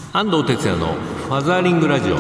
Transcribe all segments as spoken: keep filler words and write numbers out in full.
安藤哲也のファザーリングラジオ。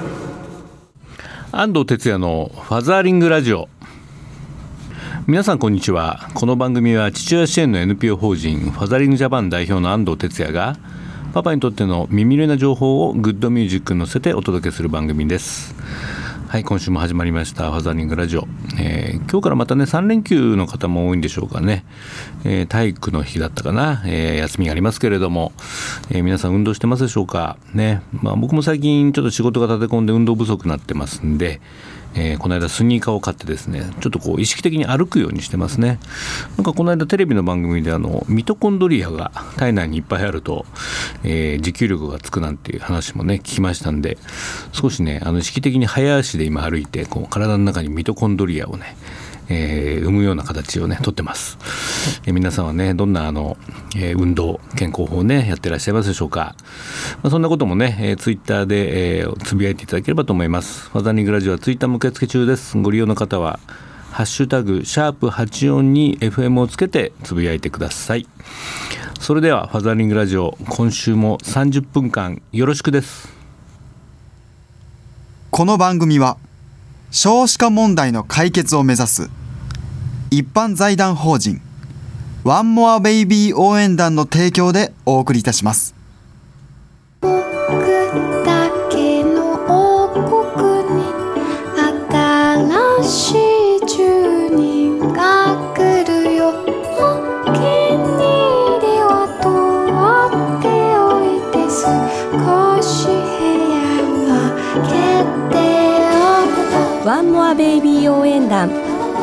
安藤哲也のファザーリングラジオ。皆さんこんにちは。この番組は父親支援の エヌピーオー 法人ファザーリングジャパン代表の安藤哲也がパパにとっての耳寄りな情報をグッドミュージックに乗せてお届けする番組です。はい、今週も始まりましたファザーリングラジオ、えー、今日からまたねさん連休の方も多いんでしょうかね、えー、体育の日だったかな、えー、休みがありますけれども、えー、皆さん運動してますでしょうかね。まあ、僕も最近ちょっと仕事が立て込んで運動不足になってますんで、えー、この間スニーカーを買ってですね、ちょっとこう意識的に歩くようにしてますね。なんかこの間テレビの番組であのミトコンドリアが体内にいっぱいあると、えー、持久力がつくなんていう話もね聞きましたんで、少しねあの意識的に早足で今歩いてこう体の中にミトコンドリアをね、えー、生むような形をねとってます。えー、皆さんはねどんなあの、えー、運動健康法をねやってらっしゃいますでしょうか。まあ、そんなこともね、えー、ツイッターで、えー、つぶやいていただければと思います。ファザーリングラジオはツイッターも受付中です。ご利用の方はハッシュタグシャープはちよんに エフエム をつけてつぶやいてください。それではファザーリングラジオ、今週もさんじゅっぷんかんよろしくです。 この番組は少子化問題の解決を目指す一般財団法人ワンモアベイビー応援団の提供でお送りいたします。 僕だけの王国に新しい住人が来るよ。お気に入りは取っておいて、少し部屋は決定を。ワンモアベイビー応援団。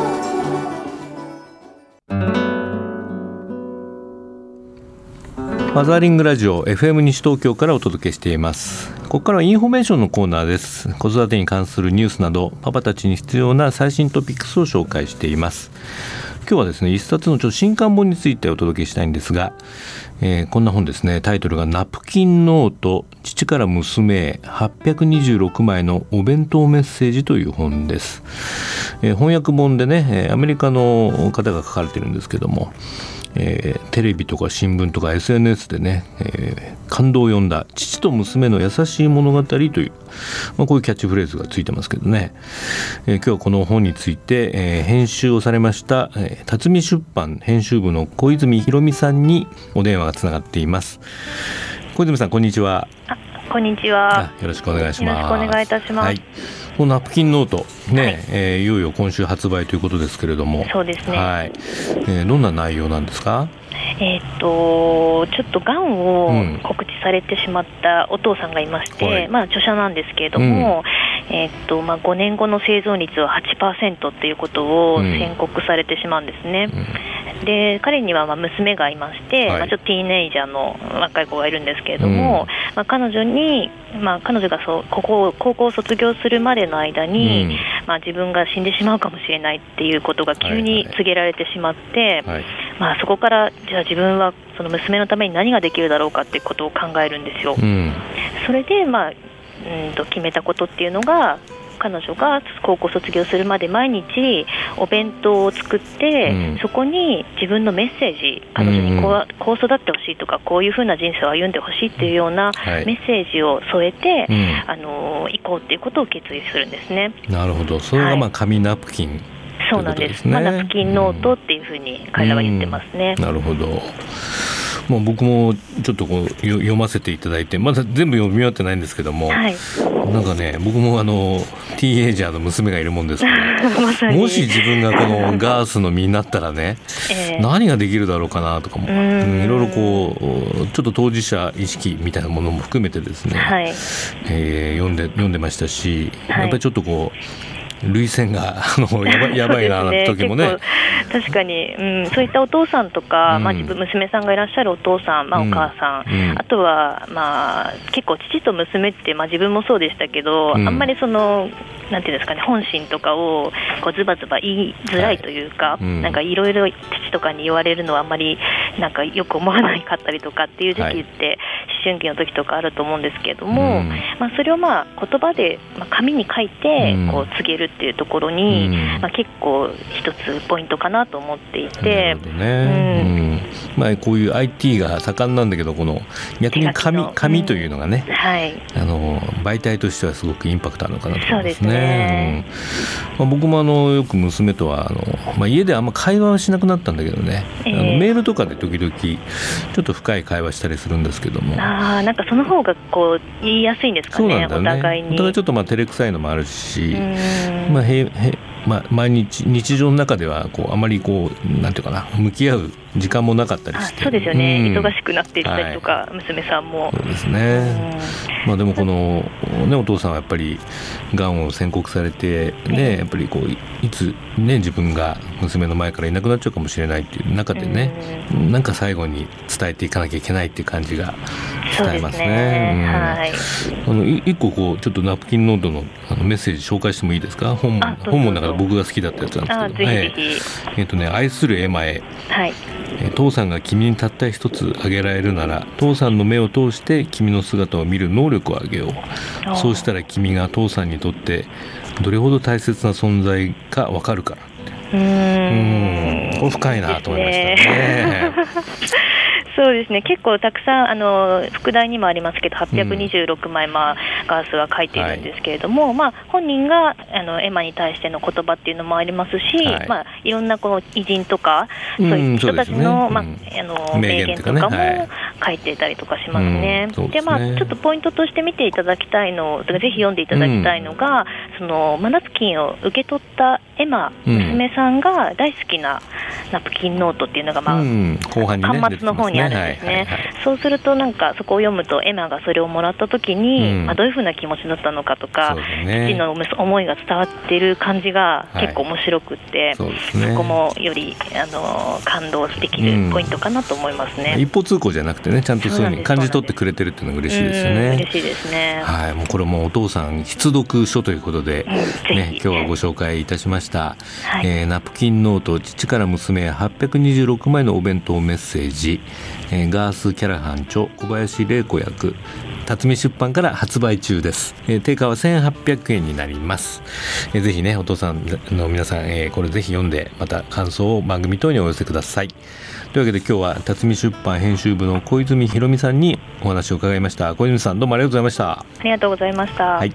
ファザーリングラジオ エフエム 西東京からお届けしています。ここからはインフォメーションのコーナーです。子育てに関するニュースなどパパたちに必要な最新トピックスを紹介しています。今日はですね一冊のちょっと新刊本についてお届けしたいんですが、えー、こんな本ですね。タイトルがナプキンノート、父から娘へはっぴゃくにじゅうろくまいのお弁当メッセージという本です。えー、翻訳本でねアメリカの方が書かれているんですけども、えー、テレビとか新聞とか エスエヌエス でね、えー、感動を呼んだ父と娘の優しい物語という、まあ、こういうキャッチフレーズがついてますけどね、えー、今日はこの本について、えー、編集をされました、えー、辰巳出版編集部の小泉博美さんにお電話がつながっています。小泉さんこんにちは。 あ、こんにちは。 よろしくお願いします。 よろしくお願いいたします。はい、 このナプキンノートね、 はいえー、いよいよ今週発売ということですけれども。 そうですね。 はい。えー、どんな内容なんですか？ えー、っとちょっとがんを告知されてしまったお父さんがいまして、うん、まあ、著者なんですけれども、うん、えー、っとまあ、ごねんごの生存率は はちパーセント ということを宣告されてしまうんですね。うん、で彼にはまあ娘がいまして、はい、まあ、ちょっとティーネイジャーの若い子がいるんですけれども、うん、まあ、彼女に、まあ、彼女がそうここ高校を卒業するまでの間に、うん、まあ、自分が死んでしまうかもしれないっていうことが急に告げられてしまって、はいはい、まあ、そこからじゃあ自分はその娘のために何ができるだろうかっていうことを考えるんですよ。うん、それで、まあ、うんと決めたことっていうのが、彼女が高校卒業するまで毎日お弁当を作って、うん、そこに自分のメッセージ、彼女にこう、うん、こう育ってほしいとかこういう風な人生を歩んでほしいっていうようなメッセージを添えて、はい、あの行こうっていうことを決意するんですね。 なるほど。それがまあ紙ナプキン、はい、 そうなんです。まあ、ナプキンノートっていう風に彼らは言ってますね。 うん、なるほど。もう僕もちょっとこう読ませていただいてまだ全部読み終わってないんですけども、はい、なんかね僕もあのティーンエイジャーの娘がいるもんですからまさにもし自分がこのガースの身になったらね、えー、何ができるだろうかなとかも、うん、いろいろこうちょっと当事者意識みたいなものも含めてですね、はい、えー、読んで読んでましたし、はい、やっぱりちょっとこう涙腺があのやばい、やばいななんて時もね確かに、うん、そういったお父さんとか、うん、まあ、自分娘さんがいらっしゃるお父さん、まあ、お母さん、うん、あとは、まあ、結構父と娘って、まあ、自分もそうでしたけど、うん、あんまりそのなんていうんですかね、本心とかをこうズバズバ言いづらいというか、はい、うん、なんかいろいろ父とかに言われるのはあんまりなんかよく思わなかったりとかっていう時期って、はい、 春期の時とかあると思うんですけれども、 うんまあ、それをまあ言葉で、まあ、紙に書いてこう告げるっていうところに、 うんまあ、結構一つポイントかなと思っていなて、 るほどね、 うんうんまあ、こういう アイティー が盛んなんだけど、この逆に手書き紙の紙というのがね、 うんはいあの媒体としてはすごくインパクトあるのかなと思いますね。 そうですねうんまあ、僕もあのよく娘とはあの、まあ、家であんま会話はしなくなったんだけどね、 えーあのメールとかで時々ちょっと深い会話したりするんですけども、 あなんかその方がこう言いやすいんですかそうね、 なんだよね。 お互いに。 お互いちょっとまあ照れくさいのもあるし、 うんまあ、へへまあ、毎日日常の中ではこうあまりこうなんていうかな、向き合う時間もなかったりあして、 そうですよね、 うん忙しくなっていったりとか、娘さんも。 そうですね、まあ、でもこの、ね、お父さんはやっぱりがんを宣告されて、ね、やっぱりこう い, いつ、ね、自分が娘の前からいなくなっちゃうかもしれないっていう中でね、なんか最後に伝えていかなきゃいけないっていう感じが伝えますね。あのい一個こうちょっとナプキンノート の, あのメッセージ紹介してもいいですか。 本, あどうぞ本もだから僕が好きだったやつなんですけど、 あぜひぜひ、 はいえーとね、愛するエマへ、 はいえー父さんが君にたった一つあげられるなら、父さんの目を通して君の姿を見る能力をあげよう。そうしたら君が父さんにとってどれほど大切な存在か分かるからって。 うーうんんこれ深いなと思いましたね。 そうですね、結構たくさんあの副題にもありますけどはっぴゃくにじゅうろくまい、まあ、ガースは書いているんですけれども、はいまあ、本人があのエマに対しての言葉っていうのもありますし、 はいまあ、いろんなこの偉人とかそういう人たちの、まあ、あの名言とかも書いていたりとかしますね。 うん、 でまあ、ちょっとポイントとして見ていただきたいのぜひ読んでいただきたいのが、うん、そのマナプキンを受け取ったエマ、うん、娘さんが大好きなナプキンノートっていうのが、まあうん後半にね、端末の方にあるんですね。はいはいはい、そうするとなんかそこを読むとエマがそれをもらった時に、うんまあ、どういう風な気持ちだったのかとか、ね、父の思いが伝わっている感じが結構面白くって、はい そ, ね、そこもよりあの感動できるポイントかなと思いますね。 うん、一方通行じゃなくてね、ちゃんとそういう風に感じ取ってくれてるっていうのが嬉しいですよね。 嬉しいですね。 はい、もうこれもお父さん必読書ということで、うんね、今日はご紹介いたしました、はいえー、ナプキンノート父から娘へはっぴゃくにじゅうろくまいのお弁当メッセージ、えー、ガース・キャラハン著小林玲子役辰巳出版から発売中です、えー、定価はせんはっぴゃくえんになります、えー、ぜひねお父さんの皆さん、えー、これぜひ読んでまた感想を番組等にお寄せください。というわけで今日は辰巳出版編集部の小泉ひろみさんにお話を伺いました。小泉さんどうもありがとうございました。 ありがとうございました、 はい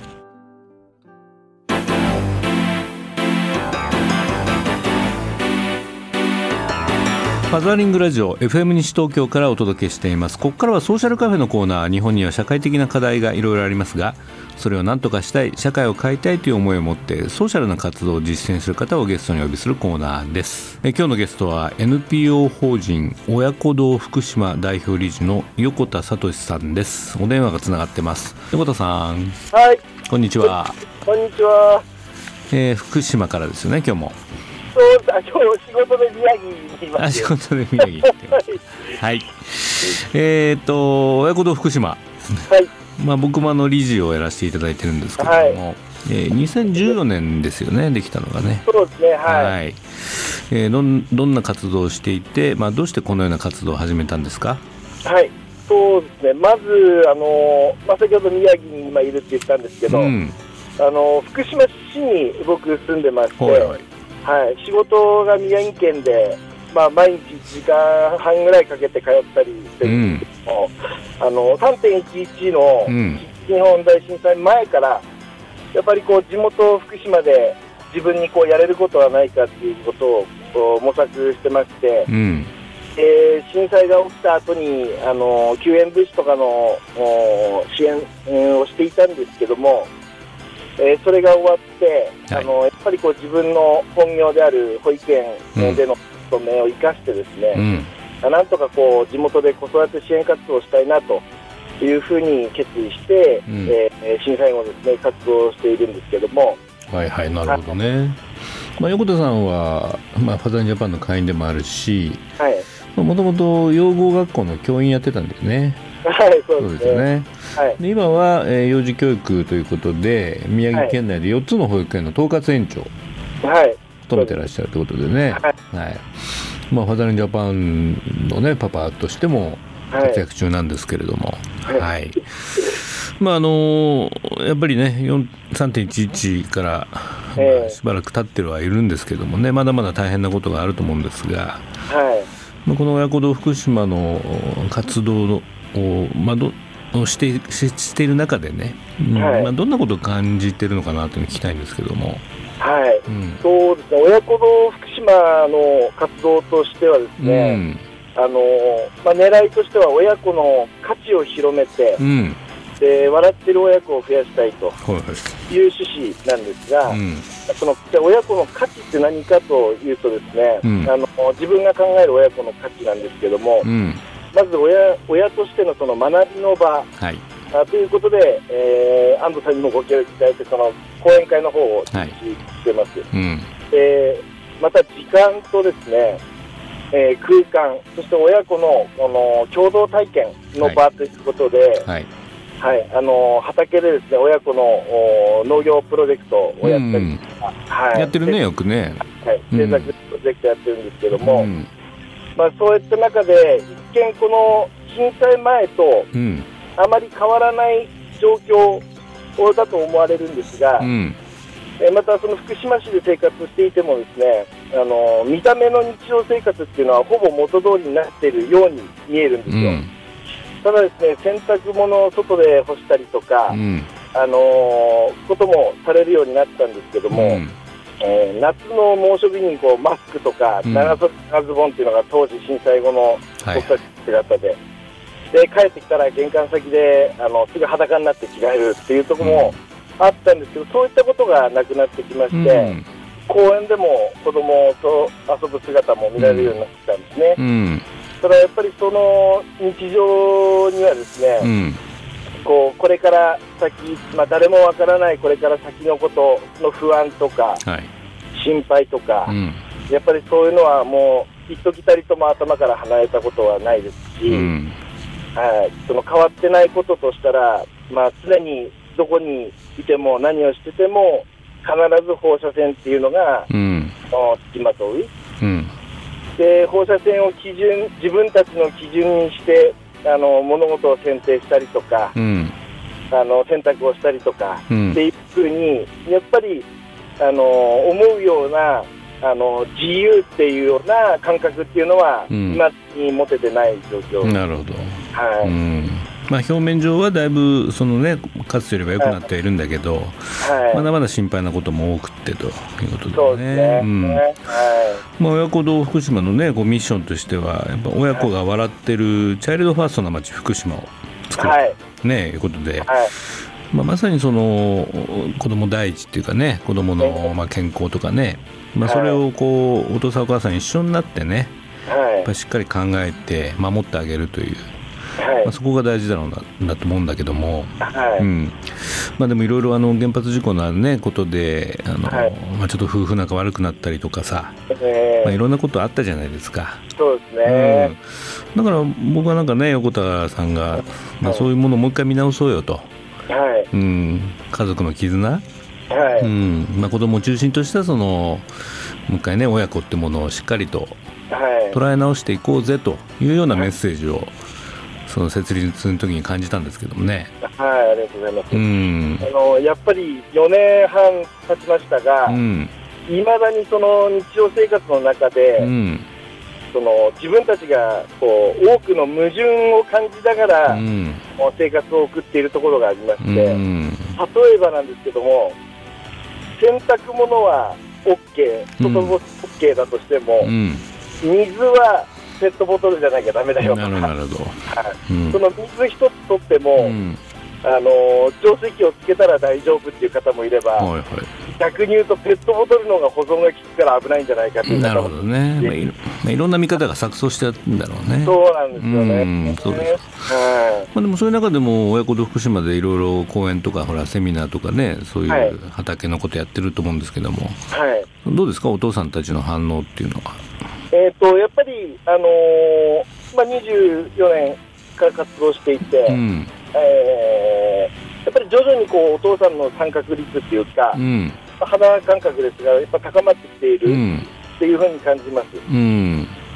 ファザーリングラジオ エフエム 西東京からお届けしています。ここからはソーシャルカフェのコーナー。日本には社会的な課題がいろいろありますが、それを何とかしたい、社会を変えたいという思いを持ってソーシャルな活動を実践する方をゲストにお呼びするコーナーです。え今日のゲストは エヌピーオー 法人親子堂福島代表理事の横田聡さんです。お電話がつながってます。横田さん、 はい、 こんにちは。 こんにちは、 えー、福島からですよね。今日もそうだ、今日仕事で宮城にいます。 あ、仕事で宮城行ってますはい、えー、っと親子堂福島、 はいまあ、僕もあの理事をやらせていただいてるんですけども、はいえー、にせんじゅうよねんですよね、できたのがね。 そうですね、はい、 はい、えー、どんどんな活動をしていて、まあ、どうしてこのような活動を始めたんですか。 はい、そうですね、まずあの、まあ、先ほど宮城に今いるって言ったんですけど、うん、あの福島市に僕住んでまして、はいはいはい、仕事が宮城県で、まあ、毎日いちじかんはんぐらいかけて通ったりしてるんですけども、うん、あの さんてんいちいち の日本大震災前からやっぱりこう地元福島で自分にこうやれることはないかっていうことをこう模索してまして、うん、えー、震災が起きた後にあの救援物資とかの支援をしていたんですけども、えー、それが終わって、はい、あのやっぱりこう自分の本業である保育園での勤めを生かしてですね、うん、なんとかこう地元で子育て支援活動をしたいなというふうに決意して、うん、えー、震災後ですね活動をしているんですけども。 はいはい、なるほどね。まあ、横田さんは、まあ、ファザージャパンの会員でもあるし、もともと養護学校の教員やってたんですね。 はい、そうですね。そうですよね。 はい、で今は、えー、幼児教育ということで宮城県内でよっつの保育園の統括園長を務めてらっしゃるということでね、はいはい、まあ、ファザーリングジャパンの、ね、パパとしても活躍中なんですけれども、はい、はい、まああのやっぱりね さんてんいちいち から、えーまあ、しばらく経ってるはいるんですけどもね、まだまだ大変なことがあると思うんですが、はい、まあ、この親子堂福島の活動を、まあ、どして、し、している中でね、うん、はい、まあ、どんなことを感じているのかなというのを聞きたいんですけども。 はい、うん、そうですね、親子堂福島の活動としてはですね、うん、あのまあ、狙いとしては親子の価値を広めて、うん、で笑ってる親子を増やしたいという趣旨なんですが、うん、その親子の価値って何かというとですね、うん、あの自分が考える親子の価値なんですけども、うん、まず 親, 親としてのその学びの場、はい、あということで、えー、安藤さんにもご協力いただいてその講演会の方を実施してます、はい、うん、えー、また時間とですね、えー、空間、そして親子 の, この共同体験の場ということで、はいはい、あの畑でですね親子の農業プロジェクトをやったり、 はい、やってるね、よくね、 はい、制作プロジェクトやってるんですけども、うん、まあ、そういった中で一見この震災前とあまり変わらない状況だと思われるんですが、うん、またその福島市で生活していてもですね、あの見た目の日常生活っていうのはほぼ元通りになっているように見えるんですよ、うん、ただですね、洗濯物を外で干したりとか、うん、あのー、こともされるようになったんですけども、うん、えー、夏の猛暑日にこうマスクとか長袖長ズボンっていうのが当時震災後の僕たち姿で、はい、で帰ってきたら玄関先であのすぐ裸になって着替えるっていうところもあったんですけど、そういったことがなくなってきまして、うん、公園でも子供と遊ぶ姿も見られるようになってきたんですね、うん、ただやっぱりその日常にはですね、うん、こうこれから先、まあ、誰もわからないこれから先のことの不安とか、はい、心配とか、うん、やっぱりそういうのはもう一時たりとも頭から離れたことはないですし、うん、はい、その変わってないこととしたら、まあ、常にどこにいても何をしてても必ず放射線っていうのが、うん、付きまとう、うん、で放射線を基準自分たちの基準にしてあの物事を選定したりとか、うん、あの選択をしたりとか、うん、っていうふうにやっぱりあの思うようなあの自由っていうような感覚っていうのは、うん、今に持ててない状況。 なるほど、はい、うん、まあ、表面上はだいぶその、ね、かつてよりは良くなっているんだけど、はい、まだまだ心配なことも多くってということでね。そうですね、うん、はい、まあ、親子堂福島の、ね、こうミッションとしてはやっぱ親子が笑ってるチャイルドファーストな街福島を作る、はい、ね、いうことで、はい、まあ、まさにその子ども第一っていうかね、子どものまあ健康とかね、まあ、それをこうお父さんお母さん一緒になってね、はい、やっぱりしっかり考えて守ってあげるという、はい、まあ、そこが大事だろうな、だと思うんだけども、はい、うん、まあ、でもいろいろあの原発事故のある、ね、ことであの、はい、まあ、ちょっと夫婦仲悪くなったりとかさ、えーまあ、いろんなことあったじゃないですか。 そうですね、 うん、だから僕はなんかね、横田さんが、まあ、そういうものをもう一回見直そうよと、はい、うん、家族の絆、はい、うん、まあ、子供を中心としたそのもう一回ね、親子ってものをしっかりと捉え直していこうぜというようなメッセージをその設立の時に感じたんですけどもね。 はい、ありがとうございます。うん、あのやっぱりよねんはん経ちましたが、いま、うん、だにその日常生活の中で、うん、その自分たちがこう多くの矛盾を感じながら、うん、生活を送っているところがありまして、うん、例えばなんですけども、洗濯物は OK、 外干し OK だとしても、うん、水はペットボトルじゃなきゃダメだよとか、なるほど、うん、その水一つ取っても、うん、あの浄水器をつけたら大丈夫っていう方もいれば、はいはい、逆に言うとペットボトルの方が保存が効くから危ないんじゃないかっていう方も。なるほどね、まあ、い, まあ、いろんな見方が錯綜してるんだろうね。 そうなんですよね。うん、そうです、 はい、まあ、でもそういう中でも親子堂福島でいろいろ講演とかほらセミナーとかね、そういう畑のことやってると思うんですけども、はい、どうですか、お父さんたちの反応っていうのは。 えー、とやっぱり、あのーまあ、にじゅうよねんから活動していて、うん、えー、やっぱり徐々にこうお父さんの参画率っていうか、うん、肌感覚ですがやっぱ高まってきているっていうふうに感じます、うん、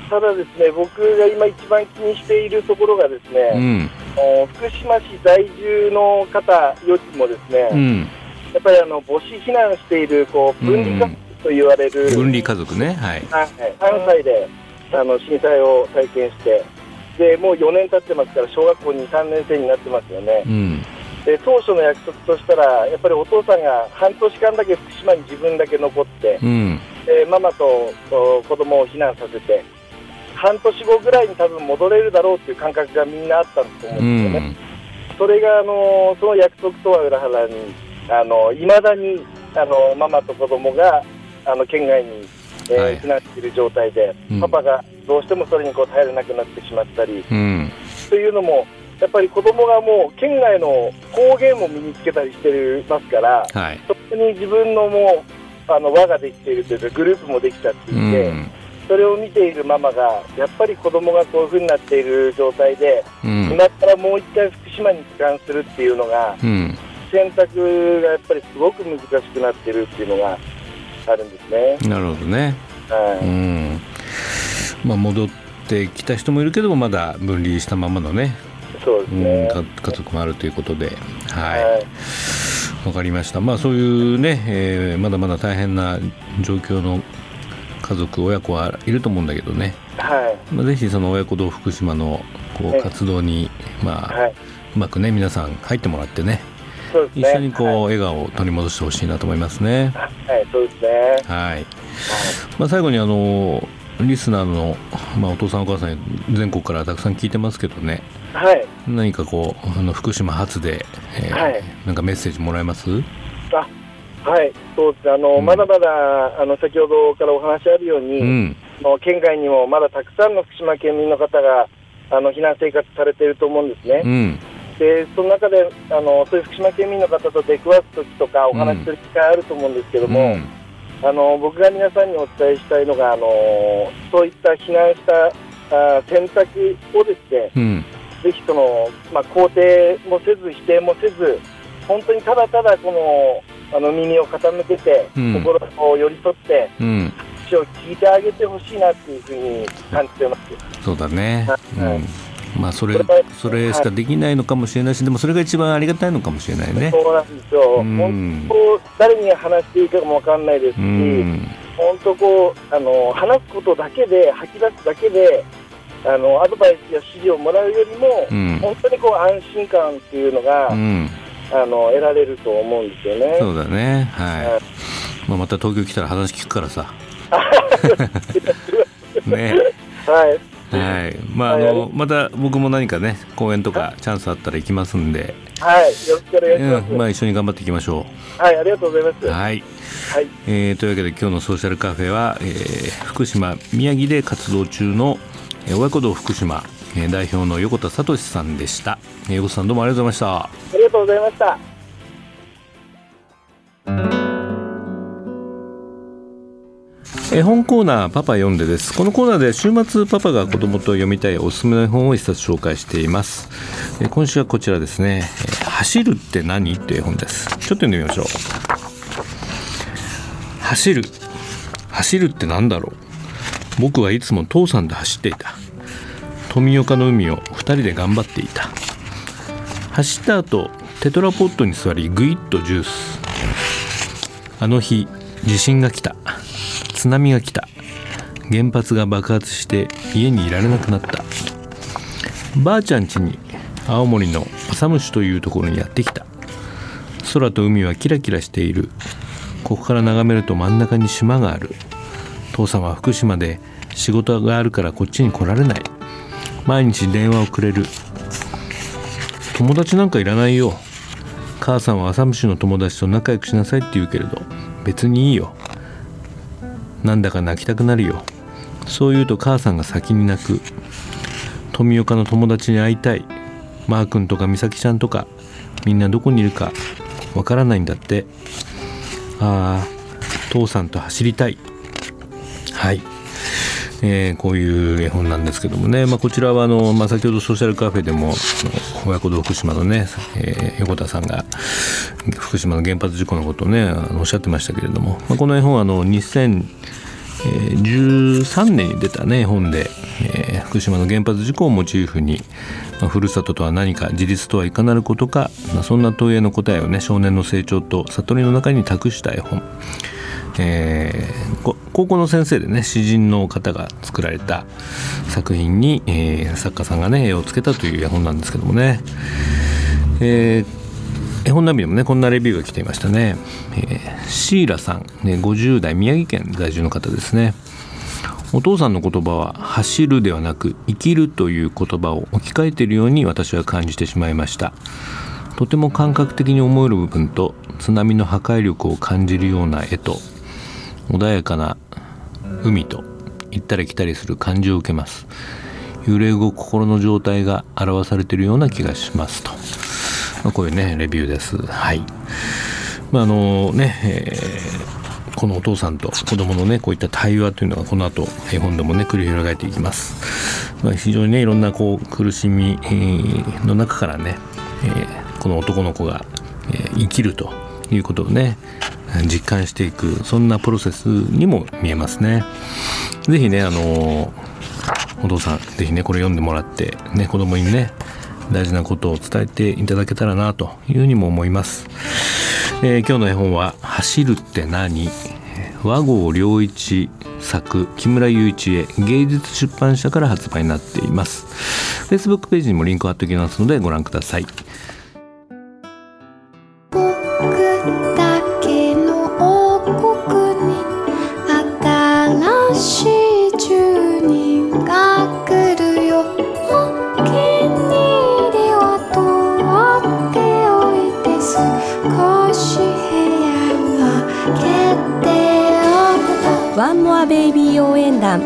ただですね、僕が今一番気にしているところがですね、うん、福島市在住の方よりもですね、うん、やっぱりあの母子避難しているこう分離家族と言われる、 うん、分離家族ね、はい、 はい、関西であの震災を体験して、でもうよねん経ってますから小学校に、さんねん生になってますよね、うん、で当初の約束としたらやっぱりお父さんが半年間だけ福島に自分だけ残って、うん、でママと子供を避難させて半年後ぐらいに多分戻れるだろうという感覚がみんなあったと思うんですよね、うん、それがあのその約束とは裏腹にあの未だにあのママと子供があの県外に、えーはい、避難している状態で、うん、パパがどうしてもそれにこう耐えれなくなってしまったり、うん、というのもやっぱり子供がもう県外の方言も身につけたりしてますから、はい、そこに自分のもうあの輪ができているというかグループもできちゃっていて、うん、それを見ているママがやっぱり子供がこういう風になっている状態で、うん、今からもう一回福島に帰還するっていうのが、うん、選択がやっぱりすごく難しくなっているっていうのがあるんですね。 なるほどね、はい、うん、まあ、戻ってきた人もいるけどもまだ分離したままのね、 そうですね、 うん、家族もあるということで、はい、はい、分かりました。まあ、そういうね、えー、まだまだ大変な状況の家族親子はいると思うんだけどね、はい、まあ、ぜひその親子堂福島のこう活動に、まあ、はい、うまくね皆さん入ってもらってね、そうですね、一緒にこう、はい、笑顔を取り戻してほしいなと思いますね。 はい、そうですね、 はい、まあ、最後にあのリスナーの、まあ、お父さんお母さん全国からたくさん聞いてますけどね、はい、何かこうあの福島発で、えーはい、なんかメッセージもらえます？ あ、はい、そうですね、あの、うん、まだまだあの先ほどからお話あるように、うん、の県外にもまだたくさんの福島県民の方があの避難生活されていると思うんですね、うん、でその中であのそういう福島県民の方と出くわすときとかお話しする機会あると思うんですけども、うん、あの僕が皆さんにお伝えしたいのがあのそういった避難したあ選択をですね、うん、ぜひその、まあ、肯定もせず否定もせず本当にただただこのあの耳を傾けて、うん、心を寄り添って、うん、話を聞いてあげてほしいなというふうに感じています。 そうだね、はい、うん、まあ、それ、それしかできないのかもしれないし、でもそれが一番ありがたいのかもしれないね。 そうなんですよ、うん、本当誰に話していいかも分かんないですし、うん、本当こうあの話すことだけで吐き出すだけであのアドバイスや指示をもらうよりも、うん、本当にこう安心感っていうのが、うん、あの得られると思うんですよね。 そうだね、はい、はい、まあ、また東京来たら話聞くからさね、はいはい、まあ、あのまた僕も何かね講演とかチャンスあったら行きますんで、 はい、よろしくお願いします、 うん、まあ、一緒に頑張っていきましょう。はい、ありがとうございます。 はい、はい、えー、というわけで今日のソーシャルカフェは、えー、福島宮城で活動中の親子堂福島代表の横田聡さんでした。横田さん、どうもありがとうございました。 ありがとうございました。 絵本コーナーパパ読んでです。このコーナーで週末パパが子供と読みたいおすすめの絵本を一冊紹介しています。今週はこちらですね、走るって何という絵本です。ちょっと読んでみましょう。走る走るって何だろう。僕はいつも父さんで走っていた。富岡の海をふたりで頑張っていた。走った後テトラポットに座りグイッとジュース。あの日地震が来た。津波が来た。原発が爆発して家にいられなくなった。ばあちゃん家に青森の浅虫というところにやってきた。空と海はキラキラしている。ここから眺めると真ん中に島がある。父さんは福島で仕事があるからこっちに来られない。毎日電話をくれる。友達なんかいらないよ。母さんは浅虫の友達と仲良くしなさいって言うけれど別にいいよ。なんだか泣きたくなるよ。そう言うと母さんが先に泣く。富岡の友達に会いたい。マー君とか美咲ちゃんとかみんなどこにいるかわからないんだって。ああ、父さんと走りたい。はい、えー、こういう絵本なんですけどもね、まあ、こちらはあの、まあ、先ほどソーシャルカフェでも親子堂福島のね、えー、横田さんが福島の原発事故のことをねおっしゃってましたけれども、まあ、この絵本はあのにせんえー、じゅうさんねんに出たね本で、えー、福島の原発事故をモチーフに、まあ、ふるさととは何か、自立とはいかなることか、まあ、そんな問いへの答えをね、少年の成長と悟りの中に託した絵本、えー、高校の先生でね、詩人の方が作られた作品に、えー、作家さんがね絵をつけたという絵本なんですけどもね、えー絵本ナビでもねこんなレビューが来ていましたね。えー、シーラさん、ね、ごじゅう代宮城県在住の方ですね。お父さんの言葉は走るではなく生きるという言葉を置き換えているように私は感じてしまいました。とても感覚的に思える部分と津波の破壊力を感じるような絵と穏やかな海と行ったり来たりする感じを受けます。揺れ動く心の状態が表されているような気がしますと、まあ、こういうねレビューです。はい。まああのね、えー、このお父さんと子供のねこういった対話というのがこの後絵本でもね繰り広げていきます。まあ、非常にねいろんなこう苦しみ、えー、の中からね、えー、この男の子が、えー、生きるということをね実感していく、そんなプロセスにも見えますね。ぜひねあのお父さんぜひねこれ読んでもらってね子供にね大事なことを伝えていただけたらなというふうにも思います。えー、今日の絵本は走るって何、和合良一作、木村雄一へ、芸術出版社から発売になっています。 Facebook ページにもリンクを貼っておきますのでご覧ください。 僕だけの王国に新しい住人が来るよ。お気に入りは取っておいて、少し部屋は決定を。 ワンモアベイビー応援団。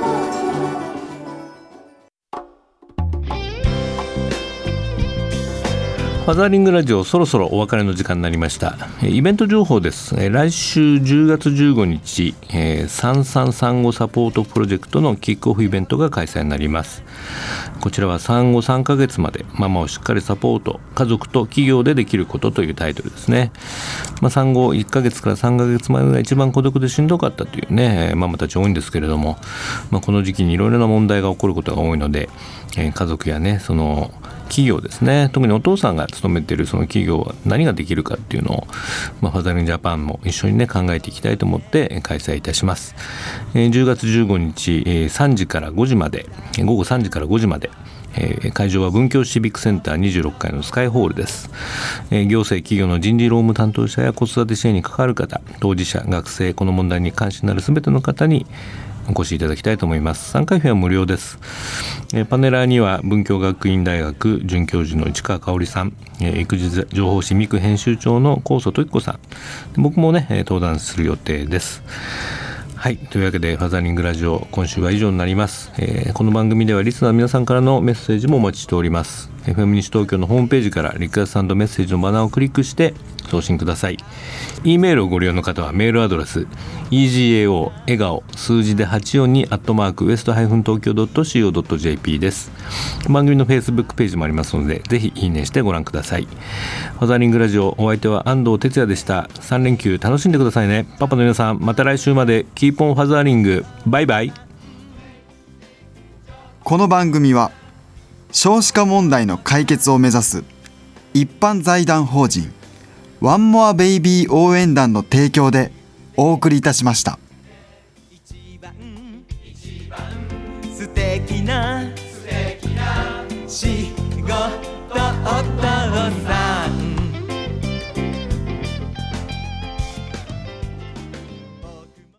ファザーリングラジオ、そろそろお別れの時間になりました。イベント情報です。来週じゅうがつじゅうごにち、さんさん産後サポートプロジェクトのキックオフイベントが開催になります。こちらは産後さんかげつまでママをしっかりサポート、家族と企業でできることというタイトルですね。まあ、産後いっかげつからさんかげつまでが一番孤独でしんどかったというねママたち多いんですけれども、まあ、この時期にいろいろな問題が起こることが多いので、家族やねその企業ですね、特にお父さんが勤めているその企業は何ができるかっていうのを、まあ、ファザリングジャパンも一緒にね考えていきたいと思って開催いたします。えー、じゅうがつじゅうごにち、えー、さんじからごじまで、午後さんじからごじまで、えー、会場は文京シビックセンターにじゅうろっかいのスカイホールです。えー、行政企業の人事労務担当者や子育て支援に関わる方、当事者、学生、この問題に関心のあるすべての方にお越しいただきたいと思います。参加費は無料です。えー、パネラーには文京学院大学准教授の市川香織さん、えー、育児情報誌ミク編集長の高祖時子さん、僕もね登壇する予定です。はい、というわけでファザリングラジオ今週は以上になります。えー、この番組ではリスナーの皆さんからのメッセージもお待ちしております。 エフエム 西東京のホームページからリクエスト&メッセージのバナーをクリックして送信ください。 E メールをご利用の方はメールアドレス イージーエーオー 笑顔数字ではちよんにアットマークウエストハイフン東京ドットシーオードットジェーピー です。番組の Facebook ページもありますのでぜひいいねしてご覧ください。ファザリングラジオ、お相手は安藤哲也でした。さん連休楽しんでくださいね。パパの皆さん、また来週まで。キープオンファザーリング。バイバイ。 この番組は少子化問題の解決を目指す一般財団法人ワンモアベイビー応援団の提供でお送りいたしました。 一番一番素敵な素敵な仕事を